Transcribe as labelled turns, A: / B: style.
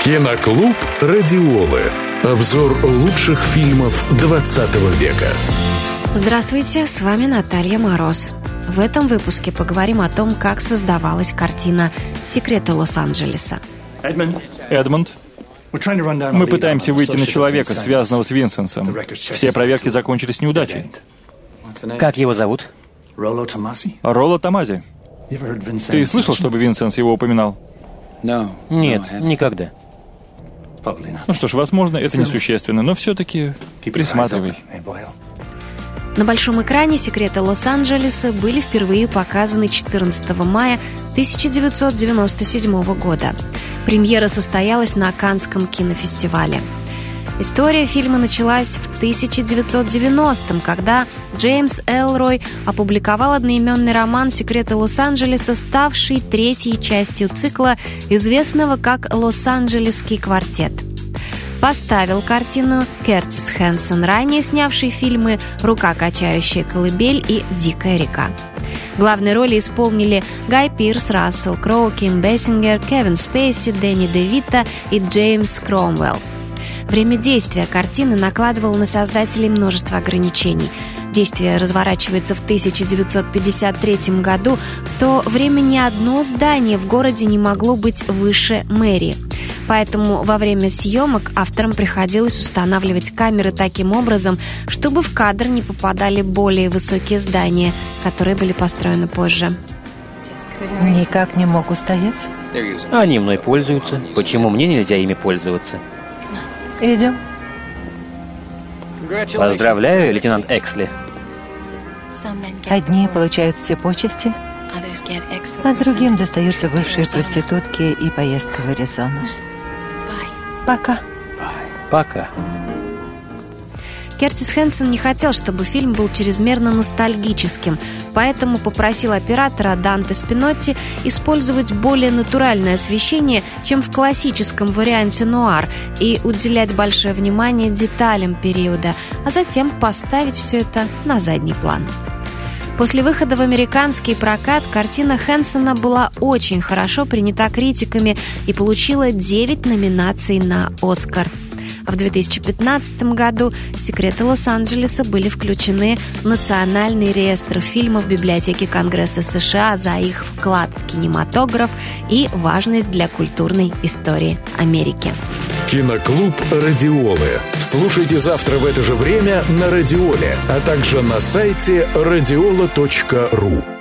A: Киноклуб «Радиолы». Обзор лучших фильмов 20 века.
B: Здравствуйте, с вами Наталья Мороз. В этом выпуске поговорим о том, как создавалась картина «Секреты Лос-Анджелеса».
C: Эдмонд, мы пытаемся выйти на человека, связанного с Винсенсом. Все проверки закончились неудачей.
D: Как его зовут?
C: Ролло Томази. Ты слышал, чтобы Винсенс его упоминал?
D: Нет, никогда.
C: Ну что ж, возможно, это несущественно, но все-таки присматривай.
B: На большом экране «Секреты Лос-Анджелеса» были впервые показаны 14 мая 1997 года. Премьера состоялась на Каннском кинофестивале. История фильма началась в 1990-м, когда Джеймс Элрой опубликовал одноименный роман «Секреты Лос-Анджелеса», ставший третьей частью цикла, известного как «Лос-Анджелесский квартет». Поставил картину Кертис Хэнсон, ранее снявший фильмы «Рука, качающая колыбель» и «Дикая река». Главные роли исполнили Гай Пирс, Рассел Кроу, Ким Бейсингер, Кевин Спейси, Дэнни де Вито и Джеймс Кромвелл. Время действия картины накладывало на создателей множество ограничений. Действие разворачивается в 1953 году. В то время ни одно здание в городе не могло быть выше мэрии. Поэтому во время съемок авторам приходилось устанавливать камеры таким образом, чтобы в кадр не попадали более высокие здания, которые были построены позже.
E: Никак не мог устоять.
D: Они мной пользуются. Почему мне нельзя ими пользоваться?
E: Идем.
D: Поздравляю, лейтенант Эксли.
E: Одни получают все почести, а другим достаются бывшие проститутки и поездка в Аризону. Пока.
D: Пока.
B: Кертис Хэнсон не хотел, чтобы фильм был чрезмерно ностальгическим, поэтому попросил оператора Данте Спинотти использовать более натуральное освещение, чем в классическом варианте нуар, и уделять большое внимание деталям периода, а затем поставить все это на задний план. После выхода в американский прокат картина Хэнсона была очень хорошо принята критиками и получила 9 номинаций на «Оскар». В 2015 году «Секреты Лос-Анджелеса» были включены в Национальный реестр фильмов Библиотеки Конгресса США за их вклад в кинематограф и важность для культурной истории Америки.
A: Киноклуб «Радиолы». Слушайте завтра в это же время на Радиоле, а также на сайте radiola.ru.